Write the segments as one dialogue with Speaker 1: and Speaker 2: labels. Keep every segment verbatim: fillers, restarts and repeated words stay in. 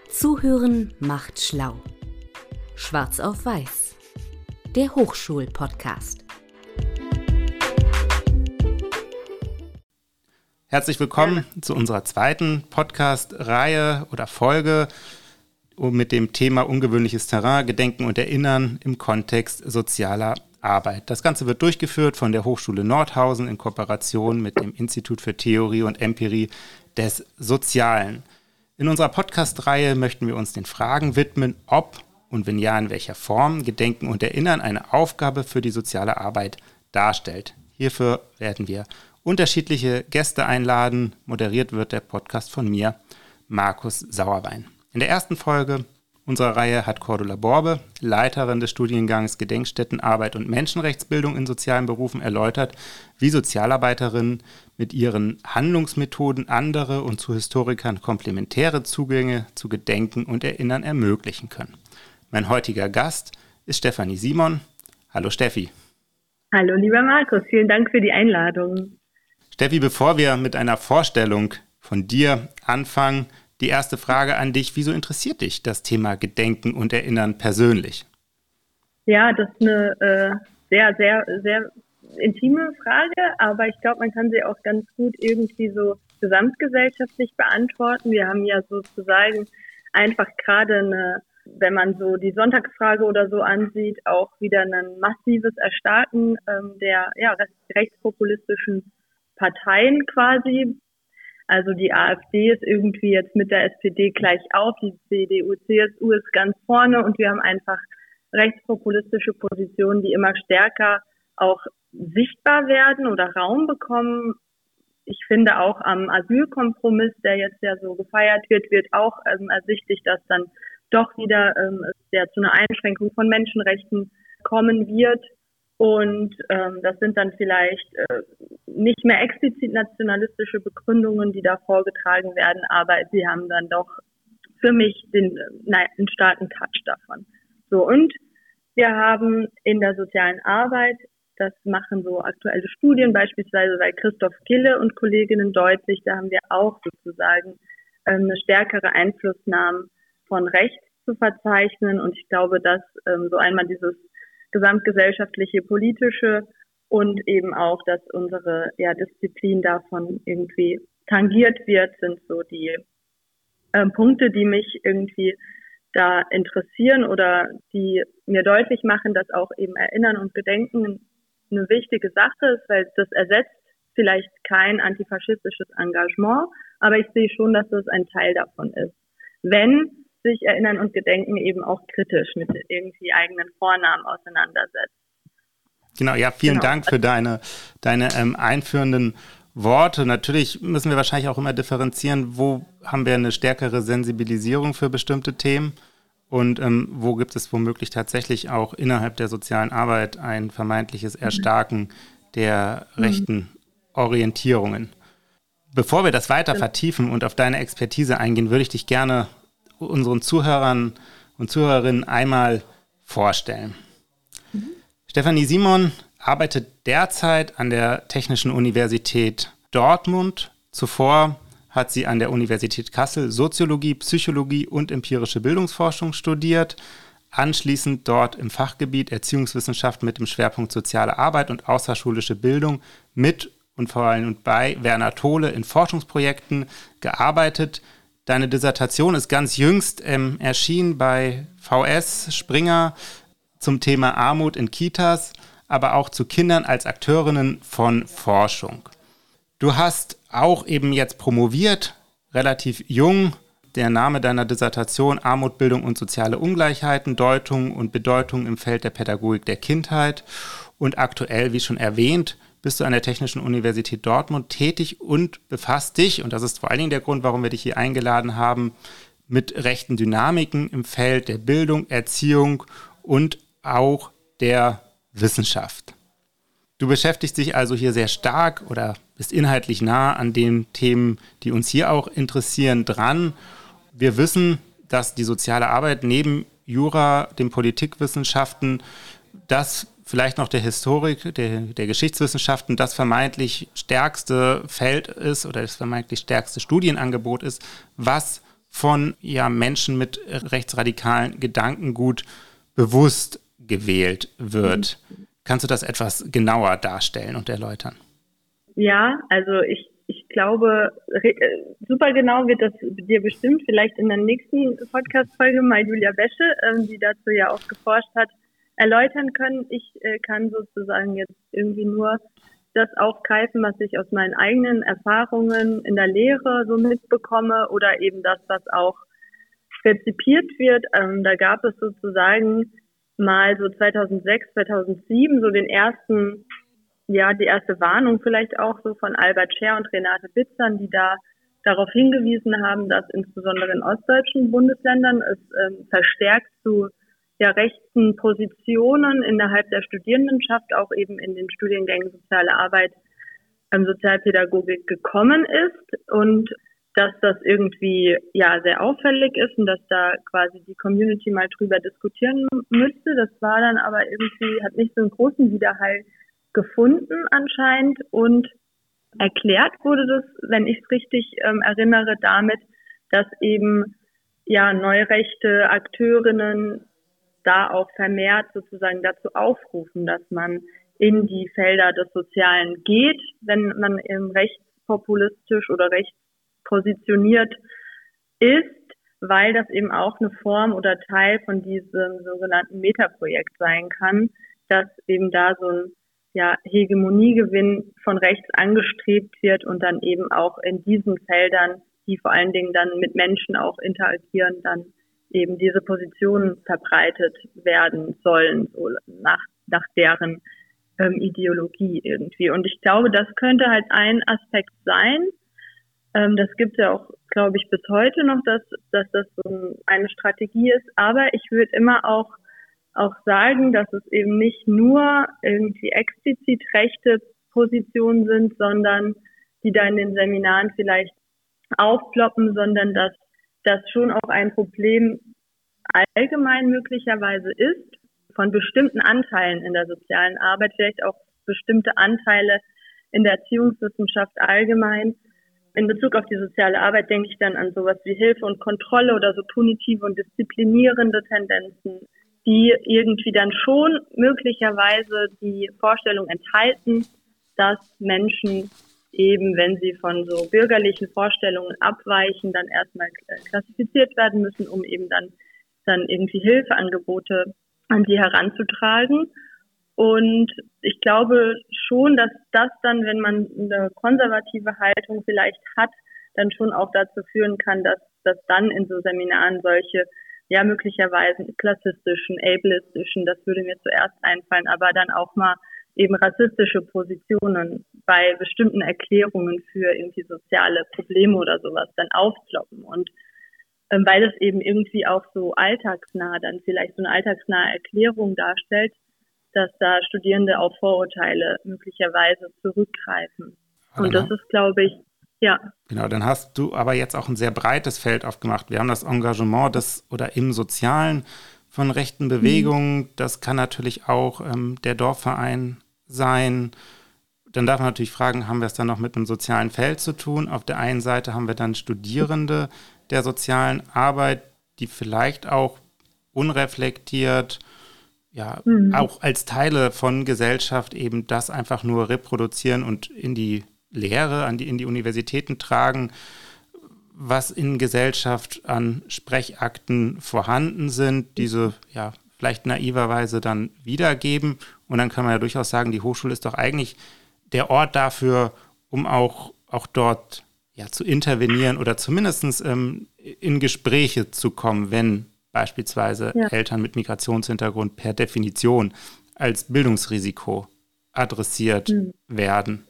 Speaker 1: Zuhören macht schlau. Schwarz auf Weiß. Der Hochschul-Podcast.
Speaker 2: Herzlich willkommen zu unserer zweiten Podcast-Reihe oder Folge mit dem Thema ungewöhnliches Terrain, Gedenken und Erinnern im Kontext sozialer Arbeit. Das Ganze wird durchgeführt von der Hochschule Nordhausen in Kooperation mit dem Institut für Theorie und Empirie des Sozialen. In unserer Podcast-Reihe möchten wir uns den Fragen widmen, ob und wenn ja, in welcher Form Gedenken und Erinnern eine Aufgabe für die soziale Arbeit darstellt. Hierfür werden wir unterschiedliche Gäste einladen. Moderiert wird der Podcast von mir, Markus Sauerwein. In der ersten Folge unserer Reihe hat Cordula Borbe, Leiterin des Studiengangs Gedenkstättenarbeit und Menschenrechtsbildung in sozialen Berufen, erläutert, wie Sozialarbeiterinnen mit ihren Handlungsmethoden andere und zu Historikern komplementäre Zugänge zu Gedenken und Erinnern ermöglichen können. Mein heutiger Gast ist Stefanie Simon. Hallo Steffi.
Speaker 3: Hallo lieber Markus, vielen Dank für die Einladung.
Speaker 2: Steffi, bevor wir mit einer Vorstellung von dir anfangen, die erste Frage an dich: Wieso interessiert dich das Thema Gedenken und Erinnern persönlich?
Speaker 3: Ja, das ist eine äh, sehr, sehr, sehr intime Frage, aber ich glaube, man kann sie auch ganz gut irgendwie so gesamtgesellschaftlich beantworten. Wir haben ja sozusagen einfach gerade eine, wenn man so die Sonntagsfrage oder so ansieht, auch wieder ein massives Erstarken ähm, der ja, rechtspopulistischen Parteien quasi. Also die AfD ist irgendwie jetzt mit der S P D gleich auf, die C D U, C S U ist ganz vorne und wir haben einfach rechtspopulistische Positionen, die immer stärker auch sichtbar werden oder Raum bekommen. Ich finde auch am Asylkompromiss, der jetzt ja so gefeiert wird, wird auch ähm, ersichtlich, dass dann doch wieder ähm, es ja zu einer Einschränkung von Menschenrechten kommen wird. Und ähm, das sind dann vielleicht äh, nicht mehr explizit nationalistische Begründungen, die da vorgetragen werden, aber sie haben dann doch für mich den, nein, einen starken Touch davon. So, und wir haben in der sozialen Arbeit, das machen so aktuelle Studien, beispielsweise bei Christoph Gille und Kolleginnen deutlich, da haben wir auch sozusagen ähm, eine stärkere Einflussnahme von rechts zu verzeichnen. Und ich glaube, dass ähm, so einmal dieses gesamtgesellschaftliche, politische und eben auch, dass unsere ja, Disziplin davon irgendwie tangiert wird, sind so die äh, Punkte, die mich irgendwie da interessieren oder die mir deutlich machen, dass auch eben Erinnern und Gedenken eine wichtige Sache ist, weil das ersetzt vielleicht kein antifaschistisches Engagement, aber ich sehe schon, dass das ein Teil davon ist. Wenn sich Erinnern und Gedenken eben auch kritisch mit irgendwie eigenen Vornamen auseinandersetzt.
Speaker 2: Genau, ja, vielen genau. Dank für deine, deine ähm, einführenden Worte. Natürlich müssen wir wahrscheinlich auch immer differenzieren, wo haben wir eine stärkere Sensibilisierung für bestimmte Themen und ähm, wo gibt es womöglich tatsächlich auch innerhalb der sozialen Arbeit ein vermeintliches Erstarken der rechten mhm. Orientierungen. Bevor wir das weiter vertiefen und auf deine Expertise eingehen, würde ich dich gerne unseren Zuhörern und Zuhörerinnen einmal vorstellen. Mhm. Stefanie Simon arbeitet derzeit an der Technischen Universität Dortmund. Zuvor hat sie an der Universität Kassel Soziologie, Psychologie und empirische Bildungsforschung studiert. Anschließend dort im Fachgebiet Erziehungswissenschaft mit dem Schwerpunkt soziale Arbeit und außerschulische Bildung mit und vor allem bei Werner Tole in Forschungsprojekten gearbeitet. Deine Dissertation ist ganz jüngst ähm, erschienen bei V S Springer zum Thema Armut in Kitas, aber auch zu Kindern als Akteurinnen von Forschung. Du hast auch eben jetzt promoviert, relativ jung. Der Name deiner Dissertation: Armut, Bildung und soziale Ungleichheiten, Deutung und Bedeutung im Feld der Pädagogik der Kindheit. Und aktuell, wie schon erwähnt, bist du an der Technischen Universität Dortmund tätig und befasst dich, und das ist vor allen Dingen der Grund, warum wir dich hier eingeladen haben, mit rechten Dynamiken im Feld der Bildung, Erziehung und auch der Wissenschaft. Du beschäftigst dich also hier sehr stark oder bist inhaltlich nah an den Themen, die uns hier auch interessieren, dran. Wir wissen, dass die soziale Arbeit neben Jura, den Politikwissenschaften, das vielleicht noch der Historik, der, der Geschichtswissenschaften das vermeintlich stärkste Feld ist oder das vermeintlich stärkste Studienangebot ist, was von ja, Menschen mit rechtsradikalen Gedankengut bewusst gewählt wird. Mhm. Kannst du das etwas genauer darstellen und erläutern?
Speaker 3: Ja, also ich, ich glaube, re- super genau wird das dir bestimmt vielleicht in der nächsten Podcast-Folge mal Julia Wäsche, ähm, die dazu ja auch geforscht hat, erläutern können. Ich äh, kann sozusagen jetzt irgendwie nur das aufgreifen, was ich aus meinen eigenen Erfahrungen in der Lehre so mitbekomme oder eben das, was auch rezipiert wird. Ähm, da gab es sozusagen mal so zweitausendsechs, zweitausendsieben so den ersten, ja, die erste Warnung vielleicht auch so von Albert Scher und Renate Bitzern, die da darauf hingewiesen haben, dass insbesondere in ostdeutschen Bundesländern es ähm, verstärkt zu ja, rechten Positionen innerhalb der Studierendenschaft, auch eben in den Studiengängen Soziale Arbeit, ähm, Sozialpädagogik gekommen ist und dass das irgendwie ja sehr auffällig ist und dass da quasi die Community mal drüber diskutieren müsste. Das war dann aber irgendwie, hat nicht so einen großen Widerhall gefunden anscheinend und erklärt wurde das, wenn ich es richtig ähm, erinnere, damit, dass eben ja neurechte Akteurinnen da auch vermehrt sozusagen dazu aufrufen, dass man in die Felder des Sozialen geht, wenn man eben rechtspopulistisch oder rechtspositioniert ist, weil das eben auch eine Form oder Teil von diesem sogenannten Metaprojekt sein kann, dass eben da so ein ja, Hegemoniegewinn von rechts angestrebt wird und dann eben auch in diesen Feldern, die vor allen Dingen dann mit Menschen auch interagieren, dann eben diese Positionen verbreitet werden sollen, so nach, nach deren ähm, Ideologie irgendwie. Und ich glaube, das könnte halt ein Aspekt sein. Ähm, das gibt es ja auch, glaube ich, bis heute noch, dass, dass das so eine Strategie ist. Aber ich würde immer auch, auch sagen, dass es eben nicht nur irgendwie explizit rechte Positionen sind, sondern die da in den Seminaren vielleicht aufploppen, sondern dass das schon auch ein Problem allgemein möglicherweise ist, von bestimmten Anteilen in der sozialen Arbeit, vielleicht auch bestimmte Anteile in der Erziehungswissenschaft allgemein. In Bezug auf die soziale Arbeit denke ich dann an sowas wie Hilfe und Kontrolle oder so punitive und disziplinierende Tendenzen, die irgendwie dann schon möglicherweise die Vorstellung enthalten, dass Menschen eben, wenn sie von so bürgerlichen Vorstellungen abweichen, dann erstmal klassifiziert werden müssen, um eben dann, dann irgendwie Hilfeangebote an sie heranzutragen. Und ich glaube schon, dass das dann, wenn man eine konservative Haltung vielleicht hat, dann schon auch dazu führen kann, dass, dass dann in so Seminaren solche, ja möglicherweise klassistischen, ableistischen, das würde mir zuerst einfallen, aber dann auch mal eben rassistische Positionen bei bestimmten Erklärungen für irgendwie soziale Probleme oder sowas dann aufploppen. Und ähm, weil es eben irgendwie auch so alltagsnah dann vielleicht so eine alltagsnahe Erklärung darstellt, dass da Studierende auf Vorurteile möglicherweise zurückgreifen.
Speaker 2: Aber
Speaker 3: und das
Speaker 2: dann,
Speaker 3: ist, glaube ich, ja.
Speaker 2: Genau, dann hast du aber jetzt auch ein sehr breites Feld aufgemacht. Wir haben das Engagement des oder im Sozialen von rechten Bewegungen. Mhm. Das kann natürlich auch ähm, der Dorfverein sein. Dann darf man natürlich fragen, haben wir es dann noch mit einem sozialen Feld zu tun? Auf der einen Seite haben wir dann Studierende der sozialen Arbeit, die vielleicht auch unreflektiert, ja, mhm. auch als Teile von Gesellschaft eben das einfach nur reproduzieren und in die Lehre, an die, in die Universitäten tragen, was in Gesellschaft an Sprechakten vorhanden sind, diese ja vielleicht naiverweise dann wiedergeben. Und dann kann man ja durchaus sagen, die Hochschule ist doch eigentlich der Ort dafür, um auch, auch dort ja, zu intervenieren oder zumindest ähm, in Gespräche zu kommen, wenn beispielsweise ja. Eltern mit Migrationshintergrund per Definition als Bildungsrisiko adressiert mhm. werden.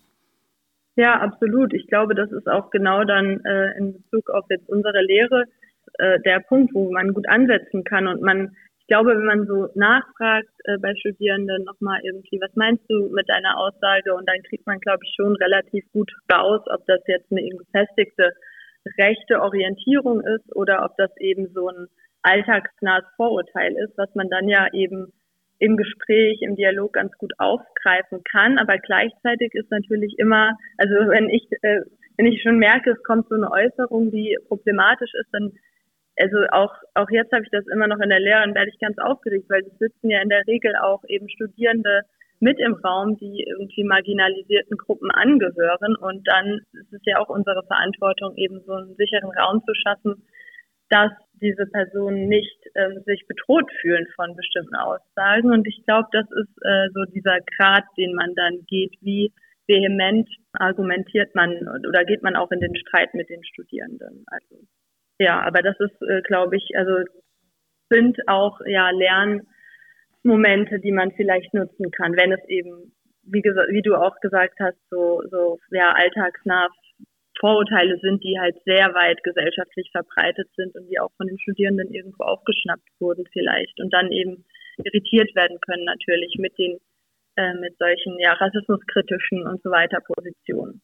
Speaker 3: Ja, absolut. Ich glaube, das ist auch genau dann äh, in Bezug auf jetzt unsere Lehre äh, der Punkt, wo man gut ansetzen kann. Und man, ich glaube, wenn man so nachfragt äh, bei Studierenden nochmal irgendwie, was meinst du mit deiner Aussage? Und dann kriegt man, glaube ich, schon relativ gut raus, ob das jetzt eine gefestigte rechte Orientierung ist oder ob das eben so ein alltagsnahes Vorurteil ist, was man dann ja eben im Gespräch, im Dialog ganz gut aufgreifen kann. Aber gleichzeitig ist natürlich immer, also wenn ich äh, wenn ich schon merke, es kommt so eine Äußerung, die problematisch ist, dann, also auch, auch jetzt habe ich das immer noch in der Lehre und werde ich ganz aufgeregt, weil es sitzen ja in der Regel auch eben Studierende mit im Raum, die irgendwie marginalisierten Gruppen angehören. Und dann ist es ja auch unsere Verantwortung, eben so einen sicheren Raum zu schaffen, dass diese Personen nicht ähm, sich bedroht fühlen von bestimmten Aussagen. Und ich glaube, das ist äh, so dieser Grat, den man dann geht, wie vehement argumentiert man oder geht man auch in den Streit mit den Studierenden. Also ja, aber das ist, äh, glaube ich, also sind auch ja Lernmomente, die man vielleicht nutzen kann, wenn es eben, wie gesagt, wie du auch gesagt hast, so so ja alltagsnah Vorurteile sind, die halt sehr weit gesellschaftlich verbreitet sind und die auch von den Studierenden irgendwo aufgeschnappt wurden vielleicht und dann eben irritiert werden können natürlich mit den äh, mit solchen ja rassismuskritischen und so weiter Positionen.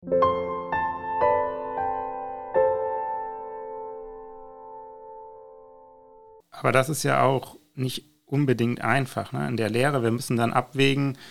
Speaker 2: Aber das ist ja auch nicht unbedingt einfach, ne? In der Lehre, wir müssen dann abwägen,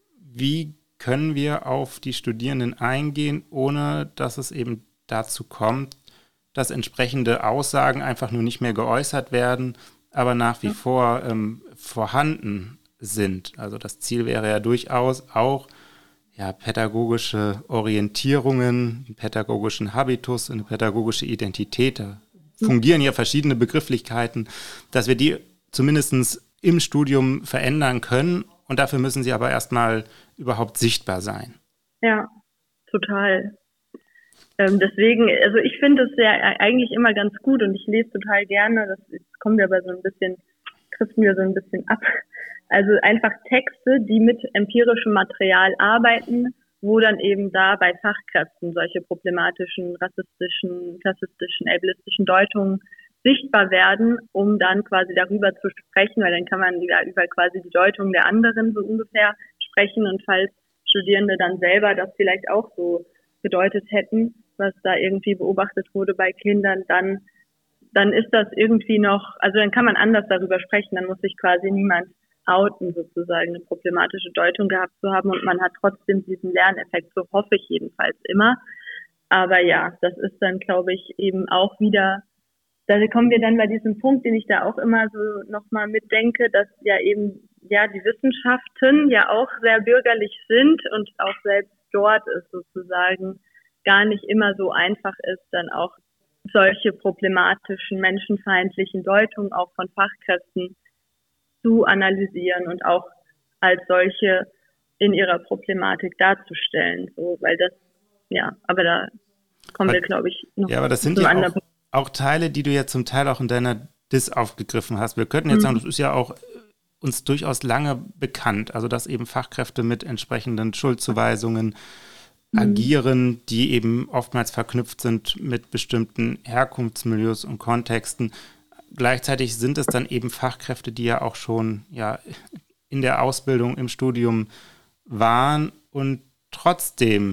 Speaker 2: wie können wir auf die Studierenden eingehen, ohne dass es eben dazu kommt, dass entsprechende Aussagen einfach nur nicht mehr geäußert werden, aber nach wie ja. vor ähm, vorhanden sind. Also das Ziel wäre ja durchaus auch, ja, pädagogische Orientierungen, einen pädagogischen Habitus, eine pädagogische Identität, da fungieren ja verschiedene Begrifflichkeiten, dass wir die zumindest im Studium verändern können. Und dafür müssen sie aber erstmal überhaupt sichtbar sein.
Speaker 3: Ja, total. Ähm, deswegen, also ich finde es ja eigentlich immer ganz gut und ich lese total gerne, das jetzt kommen wir aber so ein bisschen, driften wir so ein bisschen ab. Also einfach Texte, die mit empirischem Material arbeiten, wo dann eben da bei Fachkräften solche problematischen, rassistischen, klassistischen, ableistischen Deutungen sichtbar werden, um dann quasi darüber zu sprechen, weil dann kann man ja über quasi die Deutung der anderen so ungefähr sprechen und falls Studierende dann selber das vielleicht auch so gedeutet hätten, was da irgendwie beobachtet wurde bei Kindern, dann dann ist das irgendwie noch, also dann kann man anders darüber sprechen, dann muss sich quasi niemand outen, sozusagen eine problematische Deutung gehabt zu haben und man hat trotzdem diesen Lerneffekt, so hoffe ich jedenfalls immer. Aber ja, das ist dann, glaube ich, eben auch wieder, da kommen wir dann bei diesem Punkt, den ich da auch immer so nochmal mitdenke, dass ja eben, ja, die Wissenschaften ja auch sehr bürgerlich sind und auch selbst dort ist sozusagen gar nicht immer so einfach ist, dann auch solche problematischen, menschenfeindlichen Deutungen auch von Fachkräften zu analysieren und auch als solche in ihrer Problematik darzustellen. So, weil das, ja, aber da kommen wir, glaube ich, noch
Speaker 2: ja, aber das sind
Speaker 3: zum
Speaker 2: ja
Speaker 3: anderen
Speaker 2: auch, auch Teile, die du jetzt zum Teil auch in deiner Dis aufgegriffen hast. Wir könnten jetzt mhm. sagen, das ist ja auch uns durchaus lange bekannt, also dass eben Fachkräfte mit entsprechenden Schuldzuweisungen mhm. agieren, die eben oftmals verknüpft sind mit bestimmten Herkunftsmilieus und Kontexten. Gleichzeitig sind es dann eben Fachkräfte, die ja auch schon ja, in der Ausbildung, im Studium waren und trotzdem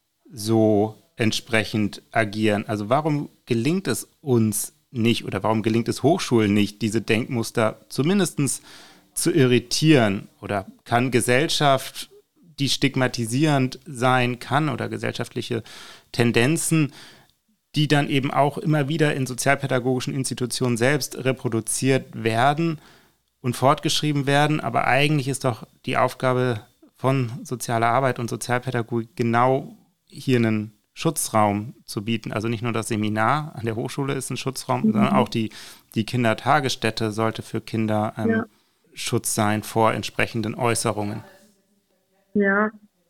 Speaker 2: so entsprechend agieren. Also warum gelingt es uns nicht oder warum gelingt es Hochschulen nicht, diese Denkmuster zumindest zu irritieren? Oder kann Gesellschaft, die stigmatisierend sein kann oder gesellschaftliche Tendenzen, die dann eben auch immer wieder in sozialpädagogischen Institutionen selbst reproduziert werden und fortgeschrieben werden. Aber eigentlich ist doch die Aufgabe von sozialer Arbeit und Sozialpädagogik genau hier einen Schutzraum zu bieten. Also nicht nur das Seminar an der Hochschule ist ein Schutzraum, mhm. sondern auch die, die Kindertagesstätte sollte für Kinder ähm, ja. Schutz sein vor entsprechenden Äußerungen.
Speaker 3: Ja,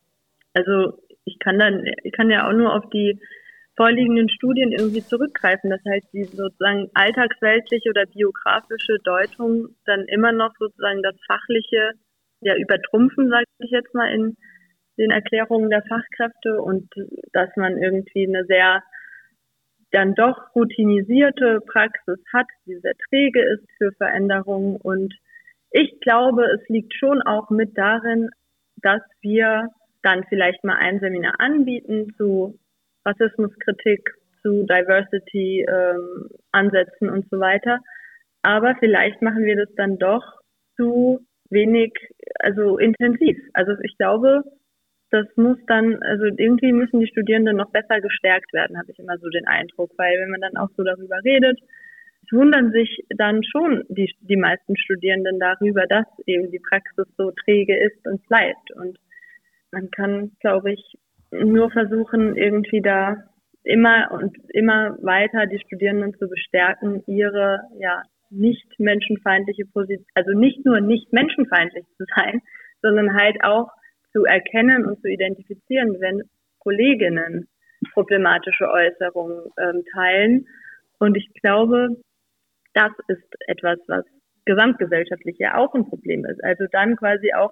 Speaker 3: also ich kann dann, ich kann ja auch nur auf die vorliegenden Studien irgendwie zurückgreifen, dass halt die sozusagen alltagsweltliche oder biografische Deutung dann immer noch sozusagen das Fachliche ja übertrumpfen, sage ich jetzt mal, in den Erklärungen der Fachkräfte und dass man irgendwie eine sehr dann doch routinisierte Praxis hat, die sehr träge ist für Veränderungen und ich glaube, es liegt schon auch mit darin, dass wir dann vielleicht mal ein Seminar anbieten zu Rassismuskritik, zu Diversity-Ansätzen ähm, und so weiter. Aber vielleicht machen wir das dann doch zu wenig, also intensiv. Also ich glaube, das muss dann, also irgendwie müssen die Studierenden noch besser gestärkt werden, habe ich immer so den Eindruck, weil wenn man dann auch so darüber redet, es wundern sich dann schon die, die meisten Studierenden darüber, dass eben die Praxis so träge ist und bleibt. Und man kann, glaube ich, nur versuchen, irgendwie da immer und immer weiter die Studierenden zu bestärken, ihre ja nicht menschenfeindliche Position, also nicht nur nicht menschenfeindlich zu sein, sondern halt auch zu erkennen und zu identifizieren, wenn Kolleginnen problematische Äußerungen ähm, teilen. Und ich glaube, das ist etwas, was gesamtgesellschaftlich ja auch ein Problem ist. Also dann quasi auch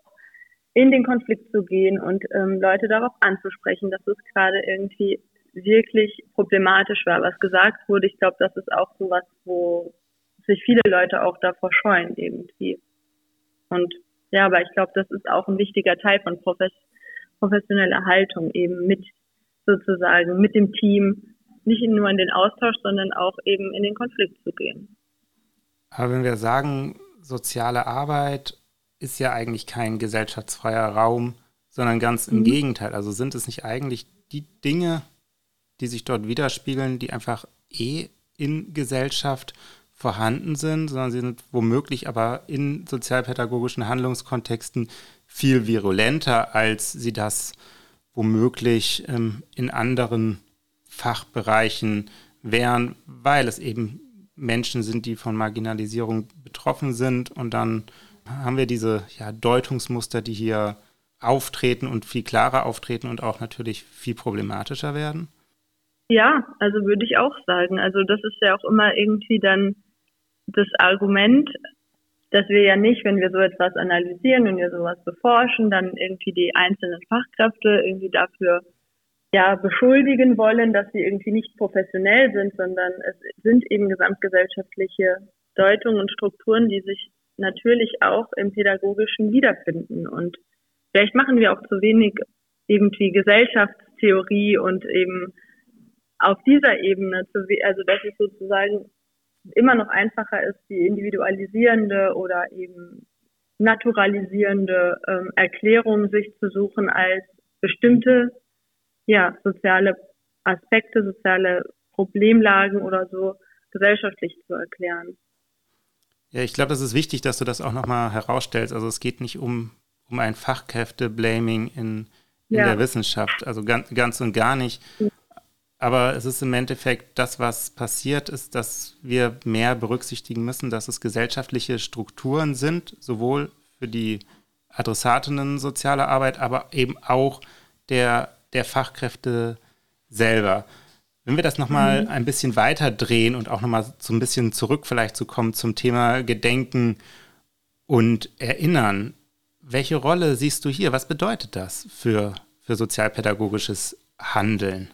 Speaker 3: in den Konflikt zu gehen und ähm, Leute darauf anzusprechen, dass es gerade irgendwie wirklich problematisch war, was gesagt wurde. Ich glaube, das ist auch so was, wo sich viele Leute auch davor scheuen irgendwie. Und ja, aber ich glaube, das ist auch ein wichtiger Teil von profes- professioneller Haltung, eben mit sozusagen mit dem Team, nicht nur in den Austausch, sondern auch eben in den Konflikt zu gehen.
Speaker 2: Aber wenn wir sagen, soziale Arbeit ist ja eigentlich kein gesellschaftsfreier Raum, sondern ganz im mhm. Gegenteil. Also sind es nicht eigentlich die Dinge, die sich dort widerspiegeln, die einfach eh in Gesellschaft vorhanden sind, sondern sie sind womöglich aber in sozialpädagogischen Handlungskontexten viel virulenter, als sie das womöglich ähm, in anderen Fachbereichen wären, weil es eben Menschen sind, die von Marginalisierung betroffen sind. Und dann haben wir diese ja, Deutungsmuster, die hier auftreten und viel klarer auftreten und auch natürlich viel problematischer werden.
Speaker 3: Ja, also würde ich auch sagen. Also das ist ja auch immer irgendwie dann das Argument, dass wir ja nicht, wenn wir so etwas analysieren, wenn wir sowas beforschen, dann irgendwie die einzelnen Fachkräfte irgendwie dafür ja beschuldigen wollen, dass sie irgendwie nicht professionell sind, sondern es sind eben gesamtgesellschaftliche Deutungen und Strukturen, die sich natürlich auch im Pädagogischen wiederfinden. Und vielleicht machen wir auch zu wenig irgendwie Gesellschaftstheorie und eben auf dieser Ebene, also dass es sozusagen immer noch einfacher ist, die individualisierende oder eben naturalisierende ähm, Erklärung sich zu suchen, als bestimmte ja, soziale Aspekte, soziale Problemlagen oder so gesellschaftlich zu erklären.
Speaker 2: Ja, ich glaube, das ist wichtig, dass du das auch nochmal herausstellst. Also es geht nicht um, um ein Fachkräfte-Blaming in, in ja. der Wissenschaft, also ganz, ganz und gar nicht. Ja. Aber es ist im Endeffekt das, was passiert ist, dass wir mehr berücksichtigen müssen, dass es gesellschaftliche Strukturen sind, sowohl für die Adressatinnen sozialer Arbeit, aber eben auch der, der Fachkräfte selber. Wenn wir das nochmal mhm. ein bisschen weiter drehen und auch nochmal so ein bisschen zurück vielleicht zu kommen zum Thema Gedenken und Erinnern. Welche Rolle siehst du hier? Was bedeutet das für, für sozialpädagogisches Handeln?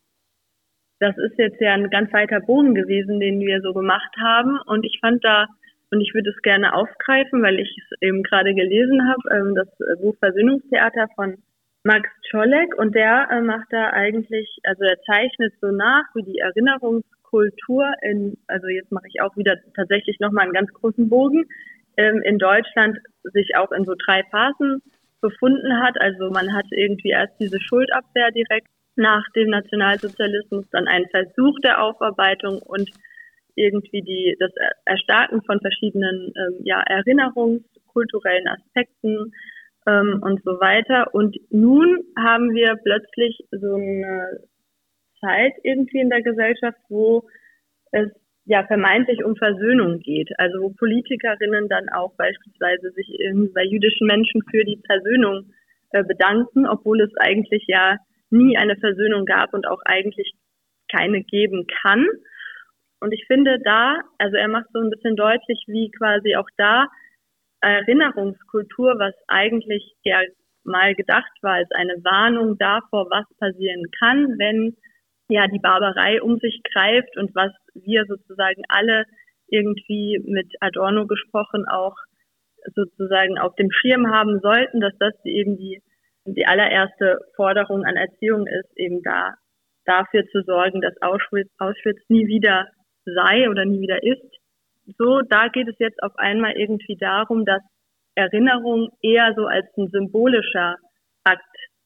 Speaker 3: Das ist jetzt ja ein ganz weiter Bogen gewesen, den wir so gemacht haben. Und ich fand da, und ich würde es gerne aufgreifen, weil ich es eben gerade gelesen habe, das Buch Versöhnungstheater von Max Czolek. Und der macht da eigentlich, also er zeichnet so nach, wie die Erinnerungskultur in, also jetzt mache ich auch wieder tatsächlich nochmal einen ganz großen Bogen, in Deutschland sich auch in so drei Phasen befunden hat. Also man hat irgendwie erst diese Schuldabwehr direkt nach dem Nationalsozialismus, dann einen Versuch der Aufarbeitung und irgendwie die das Erstarken von verschiedenen ähm, ja, erinnerungskulturellen Aspekten ähm, und so weiter. Und nun haben wir plötzlich so eine Zeit irgendwie in der Gesellschaft, wo es ja vermeintlich um Versöhnung geht. Also wo Politikerinnen dann auch beispielsweise sich irgendwie bei jüdischen Menschen für die Versöhnung äh, bedanken, obwohl es eigentlich ja nie eine Versöhnung gab und auch eigentlich keine geben kann. Und ich finde da, also er macht so ein bisschen deutlich, wie quasi auch da Erinnerungskultur, was eigentlich ja mal gedacht war als eine Warnung davor, was passieren kann, wenn ja die Barbarei um sich greift und was wir sozusagen alle irgendwie mit Adorno gesprochen auch sozusagen auf dem Schirm haben sollten, dass das eben die die allererste Forderung an Erziehung ist, eben da dafür zu sorgen, dass Auschwitz, Auschwitz nie wieder sei oder nie wieder ist. So, da geht es jetzt auf einmal irgendwie darum, dass Erinnerung eher so als ein symbolischer Akt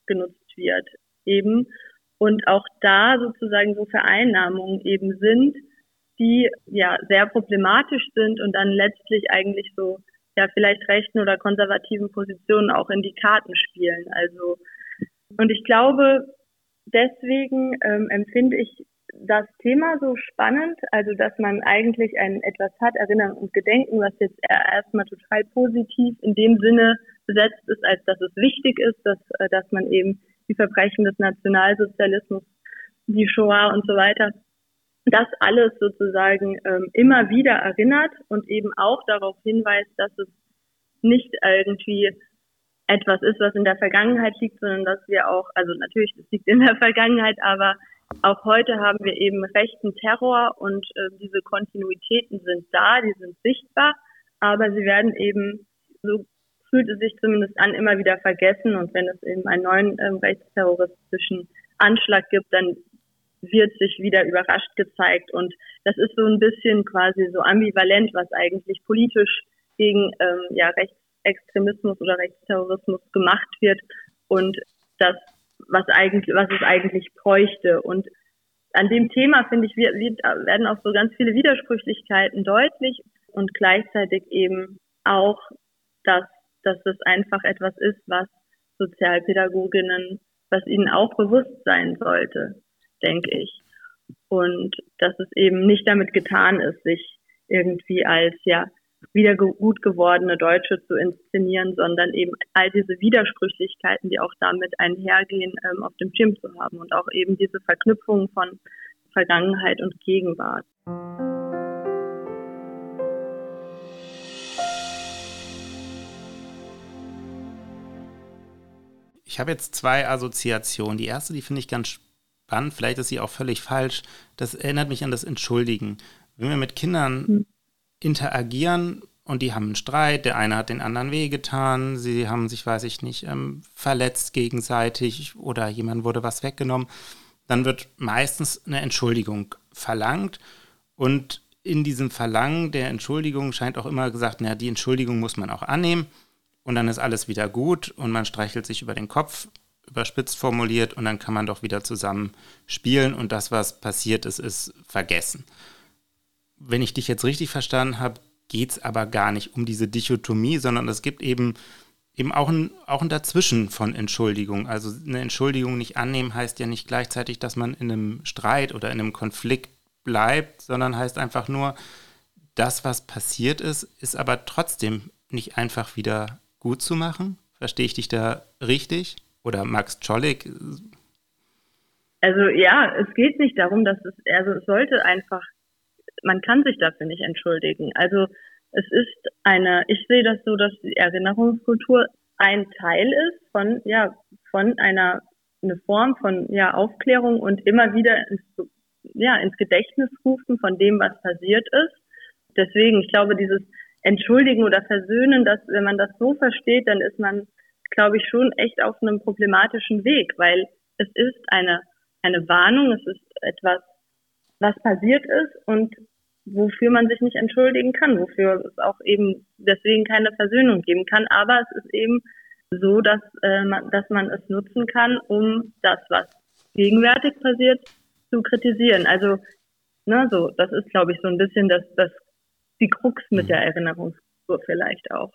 Speaker 3: genutzt wird eben. Und auch da sozusagen so Vereinnahmungen eben sind, die ja sehr problematisch sind und dann letztlich eigentlich so ja vielleicht rechten oder konservativen Positionen auch in die Karten spielen. Also und ich glaube, deswegen ähm, empfinde ich das Thema so spannend, also dass man eigentlich ein etwas hat, Erinnern und Gedenken, was jetzt erstmal total positiv in dem Sinne besetzt ist, als dass es wichtig ist, dass dass man eben die Verbrechen des Nationalsozialismus, die Shoah und so weiter, das alles sozusagen ähm, immer wieder erinnert und eben auch darauf hinweist, dass es nicht irgendwie etwas ist, was in der Vergangenheit liegt, sondern dass wir auch, also natürlich, es liegt in der Vergangenheit, aber auch heute haben wir eben rechten Terror und äh, diese Kontinuitäten sind da, die sind sichtbar, aber sie werden eben, so fühlt es sich zumindest an, immer wieder vergessen. Und wenn es eben einen neuen ähm, rechtsterroristischen Anschlag gibt, dann wird sich wieder überrascht gezeigt. Und das ist so ein bisschen quasi so ambivalent, was eigentlich politisch gegen ähm, ja, Rechtsextremismus oder Rechtsterrorismus gemacht wird und das, was eigentlich, was es eigentlich bräuchte. Und an dem Thema, finde ich, wir, wir werden auch so ganz viele Widersprüchlichkeiten deutlich und gleichzeitig eben auch, dass dass das einfach etwas ist, was Sozialpädagoginnen, was ihnen auch bewusst sein sollte, denke ich. Und dass es eben nicht damit getan ist, sich irgendwie als ja wieder gut gewordene Deutsche zu inszenieren, sondern eben all diese Widersprüchlichkeiten, die auch damit einhergehen, ähm, auf dem Schirm zu haben und auch eben diese Verknüpfung von Vergangenheit und Gegenwart.
Speaker 2: Ich habe jetzt zwei Assoziationen. Die erste, die finde ich ganz spannend, vielleicht ist sie auch völlig falsch. Das erinnert mich an das Entschuldigen. Wenn wir mit Kindern hm. interagieren und die haben einen Streit, der eine hat den anderen wehgetan, sie haben sich, weiß ich nicht, ähm, verletzt gegenseitig oder jemand wurde was weggenommen, dann wird meistens eine Entschuldigung verlangt und in diesem Verlangen der Entschuldigung scheint auch immer gesagt, na, die Entschuldigung muss man auch annehmen. Und dann ist alles wieder gut und man streichelt sich über den Kopf, überspitzt formuliert, und dann kann man doch wieder zusammen spielen und das, was passiert ist, ist vergessen. Wenn ich dich jetzt richtig verstanden habe, geht es aber gar nicht um diese Dichotomie, sondern es gibt eben, eben auch, ein, auch ein Dazwischen von Entschuldigung. Also eine Entschuldigung nicht annehmen heißt ja nicht gleichzeitig, dass man in einem Streit oder in einem Konflikt bleibt, sondern heißt einfach nur, das, was passiert ist, ist aber trotzdem nicht einfach wieder gut zu machen? Verstehe ich dich da richtig? Oder Max Czolek?
Speaker 3: Also ja, es geht nicht darum, dass es, also es sollte einfach, man kann sich dafür nicht entschuldigen. Also es ist eine, ich sehe das so, dass die Erinnerungskultur ein Teil ist von, ja, von einer, eine Form von, ja, Aufklärung und immer wieder ins, ja, ins Gedächtnis rufen von dem, was passiert ist. Deswegen, ich glaube, dieses Entschuldigen oder Versöhnen, dass, wenn man das so versteht, dann ist man, glaube ich, schon echt auf einem problematischen Weg, weil es ist eine, eine Warnung, es ist etwas, was passiert ist und wofür man sich nicht entschuldigen kann, wofür es auch eben deswegen keine Versöhnung geben kann. Aber es ist eben so, dass, äh, man, dass man es nutzen kann, um das, was gegenwärtig passiert, zu kritisieren. Also, ne, so, das ist, glaube ich, so ein bisschen das, das die Krux mit der Erinnerungskultur vielleicht auch.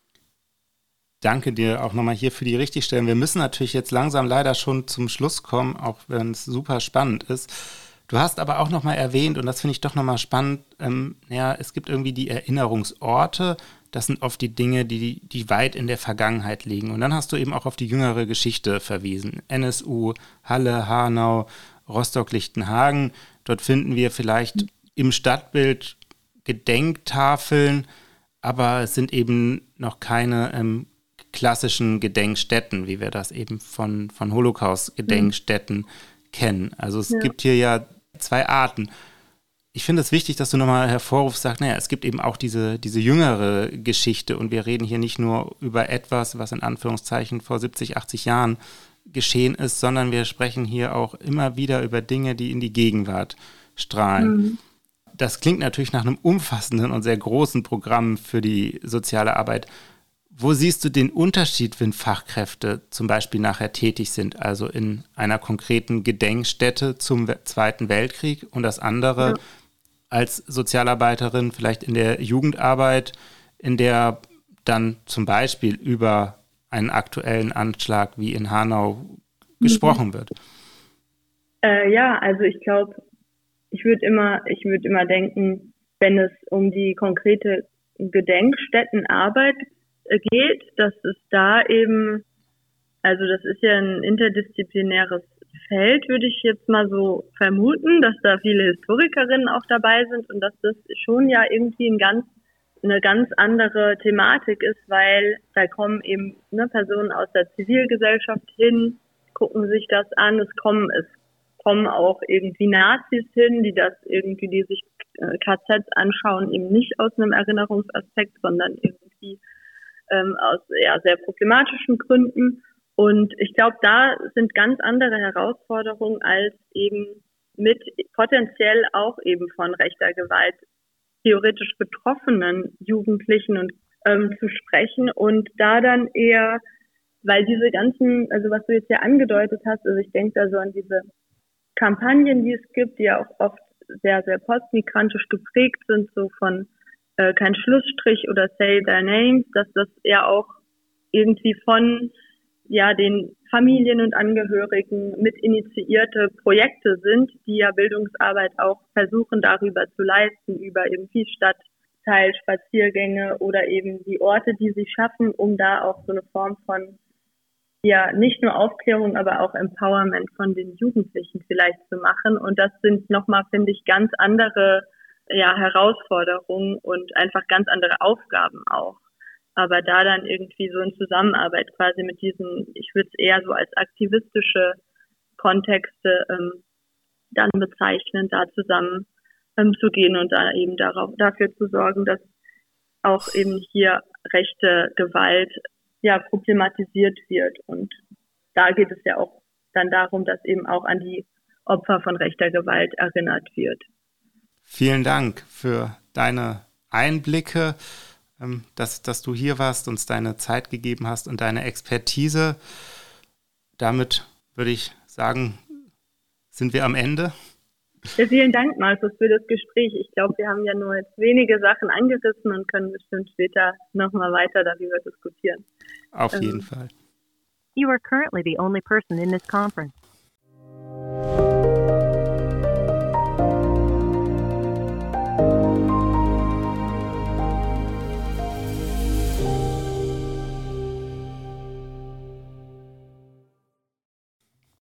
Speaker 2: Danke dir auch nochmal hier für die Richtigstellung. Wir müssen natürlich jetzt langsam leider schon zum Schluss kommen, auch wenn es super spannend ist. Du hast aber auch nochmal erwähnt, und das finde ich doch nochmal spannend, ähm, ja, es gibt irgendwie die Erinnerungsorte, das sind oft die Dinge, die, die weit in der Vergangenheit liegen. Und dann hast du eben auch auf die jüngere Geschichte verwiesen. N S U, Halle, Hanau, Rostock-Lichtenhagen. Dort finden wir vielleicht im Stadtbild Gedenktafeln, aber es sind eben noch keine ähm, klassischen Gedenkstätten, wie wir das eben von, von Holocaust-Gedenkstätten mhm. kennen. Also es ja. gibt hier ja zwei Arten. Ich finde es wichtig, dass du nochmal hervorrufst, sagst, naja, es gibt eben auch diese, diese jüngere Geschichte und wir reden hier nicht nur über etwas, was in Anführungszeichen vor siebzig, achtzig Jahren geschehen ist, sondern wir sprechen hier auch immer wieder über Dinge, die in die Gegenwart strahlen. Mhm. Das klingt natürlich nach einem umfassenden und sehr großen Programm für die soziale Arbeit. Wo siehst du den Unterschied, wenn Fachkräfte zum Beispiel nachher tätig sind, also in einer konkreten Gedenkstätte zum Zweiten Weltkrieg und das andere ja. als Sozialarbeiterin vielleicht in der Jugendarbeit, in der dann zum Beispiel über einen aktuellen Anschlag wie in Hanau mhm. gesprochen wird?
Speaker 3: Äh, ja, also ich glaube, ich würde immer, ich würde immer denken, wenn es um die konkrete Gedenkstättenarbeit geht, dass es da eben, also das ist ja ein interdisziplinäres Feld, würde ich jetzt mal so vermuten, dass da viele Historikerinnen auch dabei sind und dass das schon ja irgendwie ein ganz, eine ganz andere Thematik ist, weil da kommen eben ne, Personen aus der Zivilgesellschaft hin, gucken sich das an, es kommen, es kommen auch irgendwie Nazis hin, die das irgendwie, die sich äh, K Zs anschauen, eben nicht aus einem Erinnerungsaspekt, sondern irgendwie ähm, aus ja, sehr problematischen Gründen. Und ich glaube, da sind ganz andere Herausforderungen als eben mit potenziell auch eben von rechter Gewalt theoretisch betroffenen Jugendlichen und ähm, zu sprechen und da dann eher, weil diese ganzen, also was du jetzt ja angedeutet hast, also ich denke da so an diese Kampagnen, die es gibt, die ja auch oft sehr, sehr postmigrantisch geprägt sind, so von äh, kein Schlussstrich oder Say Their Names, dass das ja auch irgendwie von ja den Familien und Angehörigen mit initiierte Projekte sind, die ja Bildungsarbeit auch versuchen darüber zu leisten, über irgendwie Stadtteilspaziergänge oder eben die Orte, die sie schaffen, um da auch so eine Form von ja nicht nur Aufklärung, aber auch Empowerment von den Jugendlichen vielleicht zu machen. Und das sind nochmal, finde ich, ganz andere ja, Herausforderungen und einfach ganz andere Aufgaben auch. Aber da dann irgendwie so in Zusammenarbeit quasi mit diesen, ich würde es eher so als aktivistische Kontexte ähm, dann bezeichnen, da zusammen ähm, zu gehen und da eben darauf, dafür zu sorgen, dass auch eben hier rechte Gewalt ja problematisiert wird. Und da geht es ja auch dann darum, dass eben auch an die Opfer von rechter Gewalt erinnert wird.
Speaker 2: Vielen Dank für deine Einblicke, dass, dass du hier warst, uns deine Zeit gegeben hast und deine Expertise. Damit würde ich sagen, sind wir am Ende.
Speaker 3: Ja, vielen Dank, Markus, für das Gespräch. Ich glaube, wir haben ja nur jetzt wenige Sachen angerissen und können bestimmt später nochmal weiter darüber diskutieren.
Speaker 2: Auf
Speaker 3: ähm.
Speaker 2: jeden Fall.
Speaker 4: You are currently the only person in this conference.